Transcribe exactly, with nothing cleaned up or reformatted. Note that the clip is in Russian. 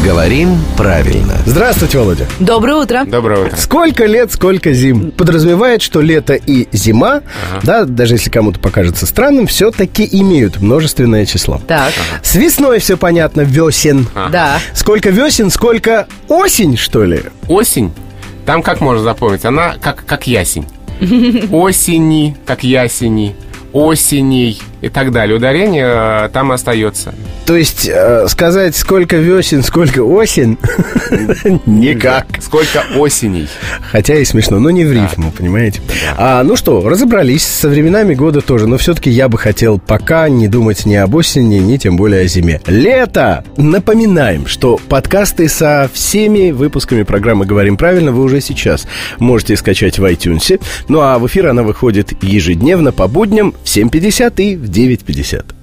Говорим правильно. Здравствуйте, Володя. Доброе утро. Доброе утро. Сколько лет, сколько зим. Подразумевает, что лето и зима, ага. да, даже если кому-то покажется странным, все-таки имеют множественное число. Так. Ага. С весной все понятно, весен. Ага. Да. Сколько весен, сколько осень, что ли? Осень? Там как можно запомнить? Она как, как ясень. Осени, как ясени. Осеней и так далее. Ударение там остается. То есть э, сказать, сколько весен, сколько осень, никак. Сколько осеней. Хотя и смешно, но не в рифму, понимаете. А, ну что, разобрались со временами года тоже. Но все-таки я бы хотел пока не думать ни об осени, ни тем более о зиме. Лето! Напоминаем, что подкасты со всеми выпусками программы «Говорим правильно» вы уже сейчас можете скачать в iTunes. Ну а в эфир она выходит ежедневно по будням в семь пятьдесят и в девять пятьдесят.